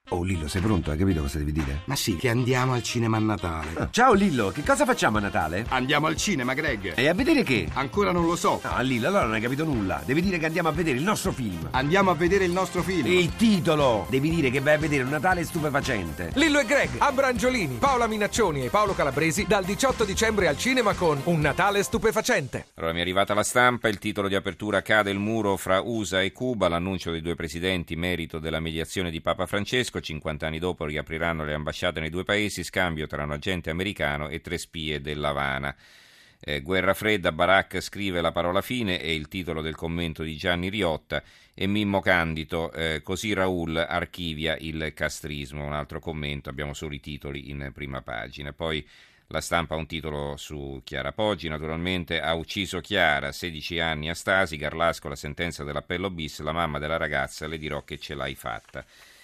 Oh Lillo, sei pronto? Hai capito cosa devi dire? Ma sì, che andiamo al cinema a Natale. Ciao Lillo, che cosa facciamo a Natale? Andiamo al cinema, Greg. E a vedere che? Ancora non lo so. No, Lillo, allora non hai capito nulla. Devi dire che andiamo a vedere il nostro film. Andiamo a vedere il nostro film. Il titolo! Devi dire che vai a vedere un Natale stupefacente. Lillo e Greg, Abrangiolini, Paola Minaccioni e Paolo Calabresi dal 18 dicembre al cinema con Un Natale stupefacente. Allora, mi è arrivata la stampa, il titolo di apertura: cade il muro fra USA e Cuba, l'annuncio dei due presidenti, merito della mediazione di Papa Francesco, 50 anni dopo riapriranno le ambasciate nei due paesi, scambio tra un agente americano e 3 spie dell'Havana. Guerra fredda, Barack scrive la parola fine, è il titolo del commento di Gianni Riotta, e Mimmo Candito, così Raul archivia il castrismo, un altro commento, abbiamo solo i titoli in prima pagina. Poi la stampa ha un titolo su Chiara Poggi, naturalmente: ha ucciso Chiara, 16 anni a Stasi, Garlasco la sentenza dell'appello bis, la mamma della ragazza, le dirò che ce l'hai fatta.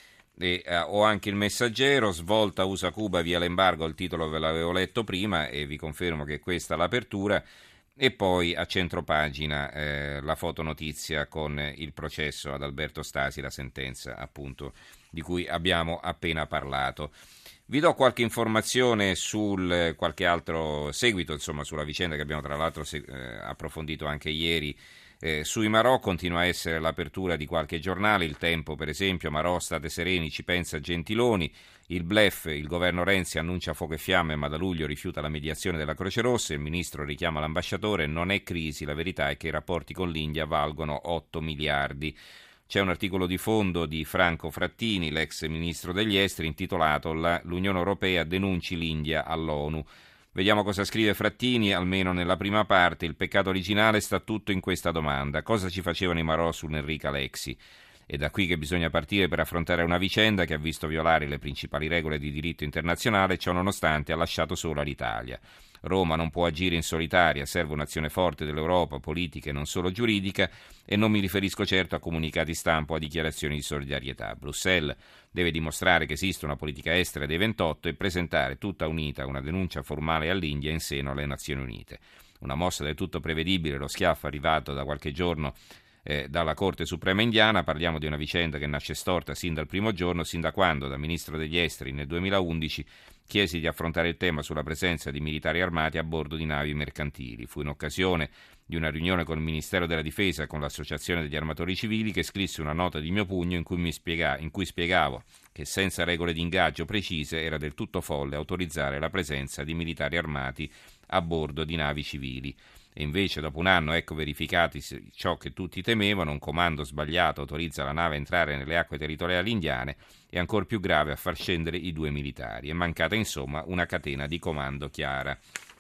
Ho anche il Messaggero, svolta USA-Cuba via l'embargo, il titolo ve l'avevo letto prima e vi confermo che questa è l'apertura, e poi a centropagina la fotonotizia con il processo ad Alberto Stasi, la sentenza appunto di cui abbiamo appena parlato. Vi do qualche informazione sul qualche altro seguito, insomma, sulla vicenda che abbiamo tra l'altro approfondito anche ieri. Sui Marò continua a essere l'apertura di qualche giornale, Il Tempo per esempio: Marò, state sereni, ci pensa Gentiloni. Il bluff, il governo Renzi annuncia fuoco e fiamme ma da luglio rifiuta la mediazione della Croce Rossa, il ministro richiama l'ambasciatore, non è crisi, la verità è che i rapporti con l'India valgono 8 miliardi. C'è un articolo di fondo di Franco Frattini, l'ex ministro degli esteri, intitolato L'Unione Europea denunci l'India all'ONU. Vediamo cosa scrive Frattini, almeno nella prima parte: il peccato originale sta tutto in questa domanda: cosa ci facevano i Marò sull'Enrica Lexi? È da qui che bisogna partire per affrontare una vicenda che ha visto violare le principali regole di diritto internazionale, ciò nonostante ha lasciato sola l'Italia. Roma non può agire in solitaria, serve un'azione forte dell'Europa, politica e non solo giuridica, e non mi riferisco certo a comunicati stampa o a dichiarazioni di solidarietà. Bruxelles deve dimostrare che esiste una politica estera dei 28 e presentare tutta unita una denuncia formale all'India in seno alle Nazioni Unite. Una mossa del tutto prevedibile, lo schiaffo arrivato da qualche giorno dalla Corte Suprema indiana. Parliamo di una vicenda che nasce storta sin dal primo giorno, sin da quando, da ministro degli esteri nel 2011, chiesi di affrontare il tema sulla presenza di militari armati a bordo di navi mercantili. Fu in occasione di una riunione con il Ministero della Difesa e con l'Associazione degli Armatori Civili che scrissi una nota di mio pugno in cui spiegavo che senza regole di ingaggio precise era del tutto folle autorizzare la presenza di militari armati a bordo di navi civili. E invece dopo un anno ecco verificati ciò che tutti temevano: un comando sbagliato autorizza la nave a entrare nelle acque territoriali indiane, e ancor più grave a far scendere i 2 militari. È mancata insomma una catena di comando chiara.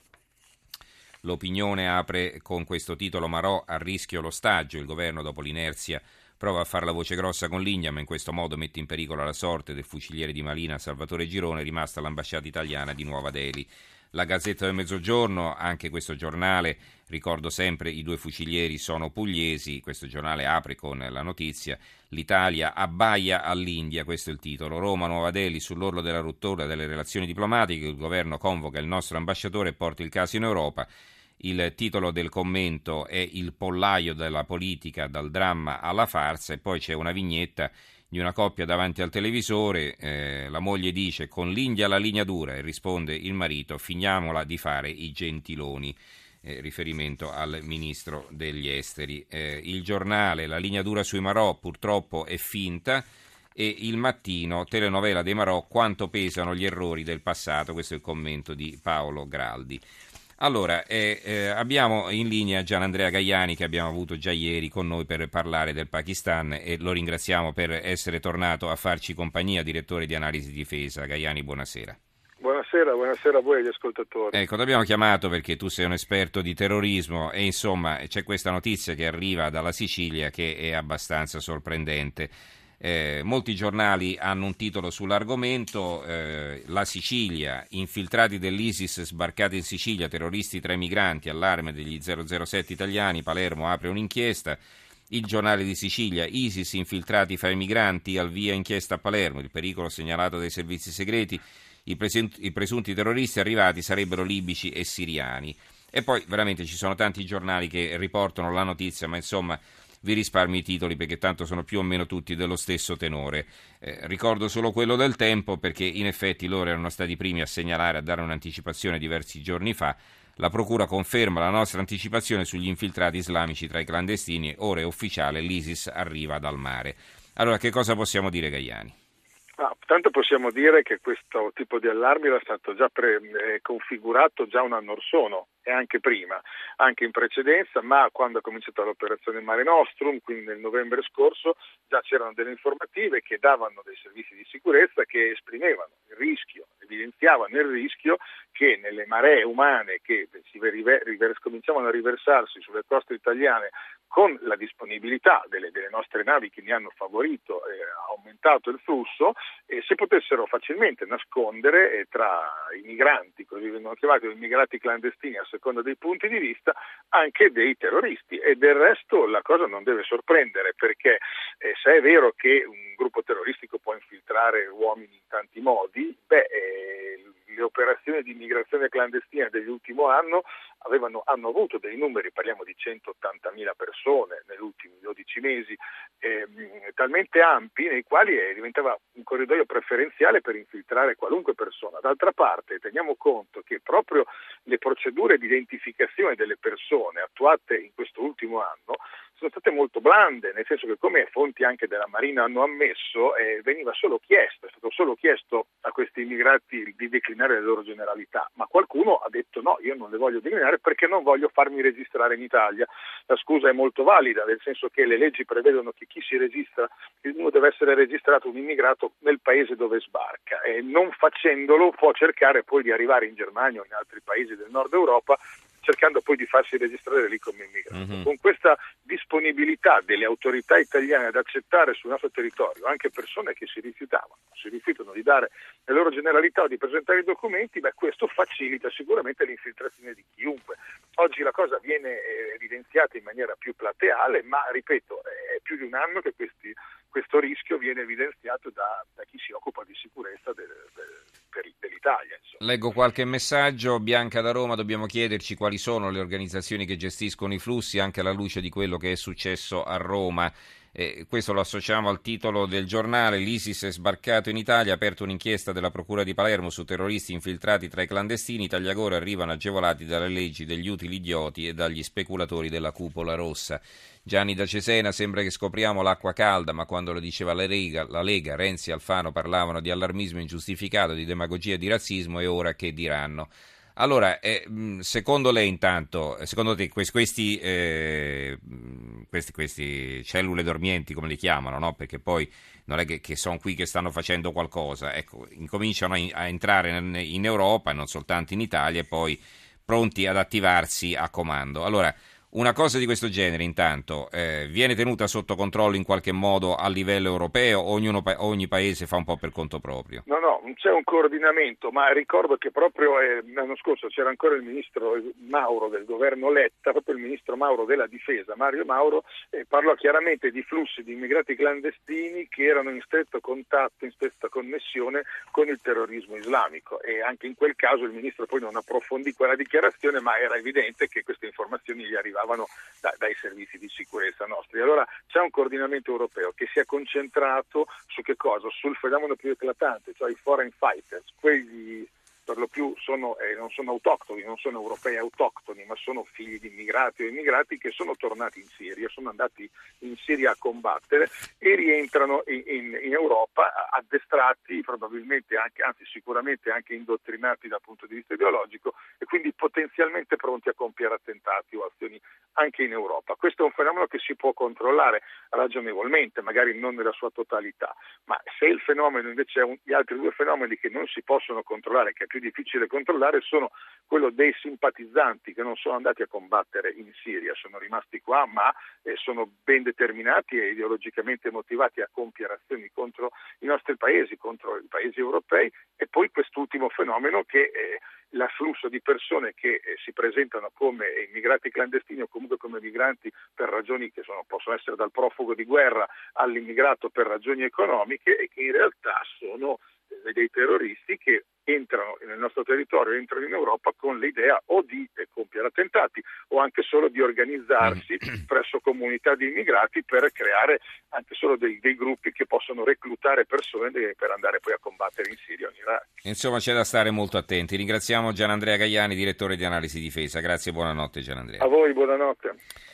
L'Opinione apre con questo titolo: Marò, a rischio l'ostaggio, il governo dopo l'inerzia prova a fare la voce grossa con l'India, ma in questo modo mette in pericolo la sorte del fuciliere di Malina Salvatore Girone, rimasto all'ambasciata italiana di Nuova Delhi. La Gazzetta del Mezzogiorno, anche questo giornale, ricordo sempre, i 2 fucilieri sono pugliesi. Questo giornale apre con la notizia: l'Italia abbaia all'India, questo è il titolo. Roma, Nuova Delhi, sull'orlo della rottura delle relazioni diplomatiche, il governo convoca il nostro ambasciatore e porta il caso in Europa. Il titolo del commento è Il pollaio della politica, dal dramma alla farsa, e poi c'è una vignetta di una coppia davanti al televisore. La moglie dice: con l'India la linea dura, e risponde il marito: finiamola di fare i gentiloni, riferimento al ministro degli esteri. Il Giornale: la linea dura sui Marò purtroppo è finta, e Il Mattino: telenovela dei Marò, quanto pesano gli errori del passato. Questo è il commento di Paolo Graldi. Allora, abbiamo in linea Gianandrea Gaiani, che abbiamo avuto già ieri con noi per parlare del Pakistan, e lo ringraziamo per essere tornato a farci compagnia, direttore di Analisi Difesa. Gaiani, buonasera. Buonasera a voi e agli ascoltatori. Ecco, ti abbiamo chiamato perché tu sei un esperto di terrorismo e insomma c'è questa notizia che arriva dalla Sicilia che è abbastanza sorprendente. Molti giornali hanno un titolo sull'argomento: la Sicilia, infiltrati dell'ISIS sbarcati in Sicilia, terroristi tra i migranti, allarme degli 007 italiani, Palermo apre un'inchiesta. Il Giornale di Sicilia: ISIS infiltrati fra i migranti, al via inchiesta a Palermo, il pericolo segnalato dai servizi segreti, i presunti terroristi arrivati sarebbero libici e siriani. E poi veramente ci sono tanti giornali che riportano la notizia, ma insomma vi risparmio i titoli perché tanto sono più o meno tutti dello stesso tenore. Ricordo solo quello del Tempo perché in effetti loro erano stati i primi a segnalare, a dare un'anticipazione diversi giorni fa. La Procura conferma la nostra anticipazione sugli infiltrati islamici tra i clandestini, ora è ufficiale, l'ISIS arriva dal mare. Allora, che cosa possiamo dire, Gaiani? Tanto possiamo dire che questo tipo di allarme era stato già configurato già un anno or sono e anche prima, anche in precedenza, ma quando è cominciata l'operazione Mare Nostrum, quindi nel novembre scorso, già c'erano delle informative che davano dei servizi di sicurezza che esprimevano il rischio, evidenziavano il rischio che nelle maree umane che cominciavano a riversarsi sulle coste italiane con la disponibilità delle nostre navi che ne hanno favorito e aumentato il flusso, si potessero facilmente nascondere tra i migranti, così vengono chiamati, i immigrati clandestini a seconda dei punti di vista, anche dei terroristi. E del resto la cosa non deve sorprendere, perché se è vero che un gruppo terroristico può infiltrare uomini in tanti modi, le operazioni di immigrazione clandestina dell'ultimo anno hanno avuto dei numeri, parliamo di 180.000 persone negli ultimi 12 mesi, talmente ampi nei quali diventava un corridoio preferenziale per infiltrare qualunque persona. D'altra parte teniamo conto che proprio le procedure di identificazione delle persone attuate in questo ultimo anno sono state molto blande, nel senso che, come fonti anche della Marina hanno ammesso, è stato solo chiesto a questi immigrati di declinare le loro generalità, ma qualcuno ha detto no, io non le voglio declinare perché non voglio farmi registrare in Italia. La scusa è molto valida, nel senso che le leggi prevedono che chi si registra, uno deve essere registrato un immigrato nel paese dove sbarca, e non facendolo può cercare poi di arrivare in Germania o in altri paesi del nord Europa, cercando poi di farsi registrare lì come immigrato. Mm-hmm. Con questa disponibilità delle autorità italiane ad accettare sul nostro territorio anche persone che si rifiutano di dare le loro generalità o di presentare i documenti, questo facilita sicuramente l'infiltrazione di chiunque. Oggi la cosa viene evidenziata in maniera più plateale, ma ripeto, è più di un anno che questo rischio viene evidenziato da chi si occupa di sicurezza dell'Italia. Insomma. Leggo qualche messaggio. Bianca da Roma: dobbiamo chiederci quali sono le organizzazioni che gestiscono i flussi, anche alla luce di quello che è successo a Roma. Questo lo associamo al titolo del giornale. L'ISIS è sbarcato in Italia, ha aperto un'inchiesta della Procura di Palermo su terroristi infiltrati tra i clandestini. I tagliagore arrivano agevolati dalle leggi degli utili idioti e dagli speculatori della cupola rossa. Gianni da Cesena: sembra che scopriamo l'acqua calda, ma quando lo diceva la Lega, Renzi e Alfano parlavano di allarmismo ingiustificato, di demagogia e di razzismo, e ora che diranno? Allora, secondo lei intanto, secondo te questi cellule dormienti, come li chiamano, no? Perché poi non è che sono qui che stanno facendo qualcosa, ecco, incominciano a entrare in Europa e non soltanto in Italia, e poi pronti ad attivarsi a comando. Allora, una cosa di questo genere intanto viene tenuta sotto controllo in qualche modo a livello europeo, o ogni paese fa un po' per conto proprio? No, non c'è un coordinamento, ma ricordo che proprio l'anno scorso c'era ancora il ministro Mauro del governo Letta, proprio il ministro Mauro della difesa, Mario Mauro, parlò chiaramente di flussi di immigrati clandestini che erano in stretto contatto, in stretta connessione con il terrorismo islamico, e anche in quel caso il ministro poi non approfondì quella dichiarazione, ma era evidente che queste informazioni gli arrivavano dai servizi di sicurezza nostri. Allora c'è un coordinamento europeo che si è concentrato su che cosa? Sul fenomeno più eclatante, cioè i foreign fighters, quelli per lo più non sono autoctoni, non sono europei autoctoni, ma sono figli di immigrati o immigrati che sono tornati in Siria, sono andati in Siria a combattere e rientrano in Europa addestrati, probabilmente sicuramente anche indottrinati dal punto di vista ideologico, e quindi potenzialmente pronti a compiere attentati o azioni anche in Europa. Questo è un fenomeno che si può controllare ragionevolmente, magari non nella sua totalità, ma se il fenomeno invece è gli altri due fenomeni che non si possono controllare, che è più difficile controllare, sono quello dei simpatizzanti che non sono andati a combattere in Siria, sono rimasti qua, ma sono ben determinati e ideologicamente motivati a compiere azioni contro i nostri paesi, contro i paesi europei, e poi quest'ultimo fenomeno che l'afflusso di persone che si presentano come immigrati clandestini o comunque come migranti per ragioni che possono essere dal profugo di guerra all'immigrato per ragioni economiche, e che in realtà sono dei terroristi che entrano nel nostro territorio, entrano in Europa con l'idea o di compiere attentati o anche solo di organizzarsi presso comunità di immigrati per creare anche solo dei gruppi che possono reclutare persone per andare poi a combattere in Siria o in Iraq. Insomma, c'è da stare molto attenti. Ringraziamo Gianandrea Gaiani, direttore di Analisi Difesa. Grazie e buonanotte Gianandrea. A voi, buonanotte.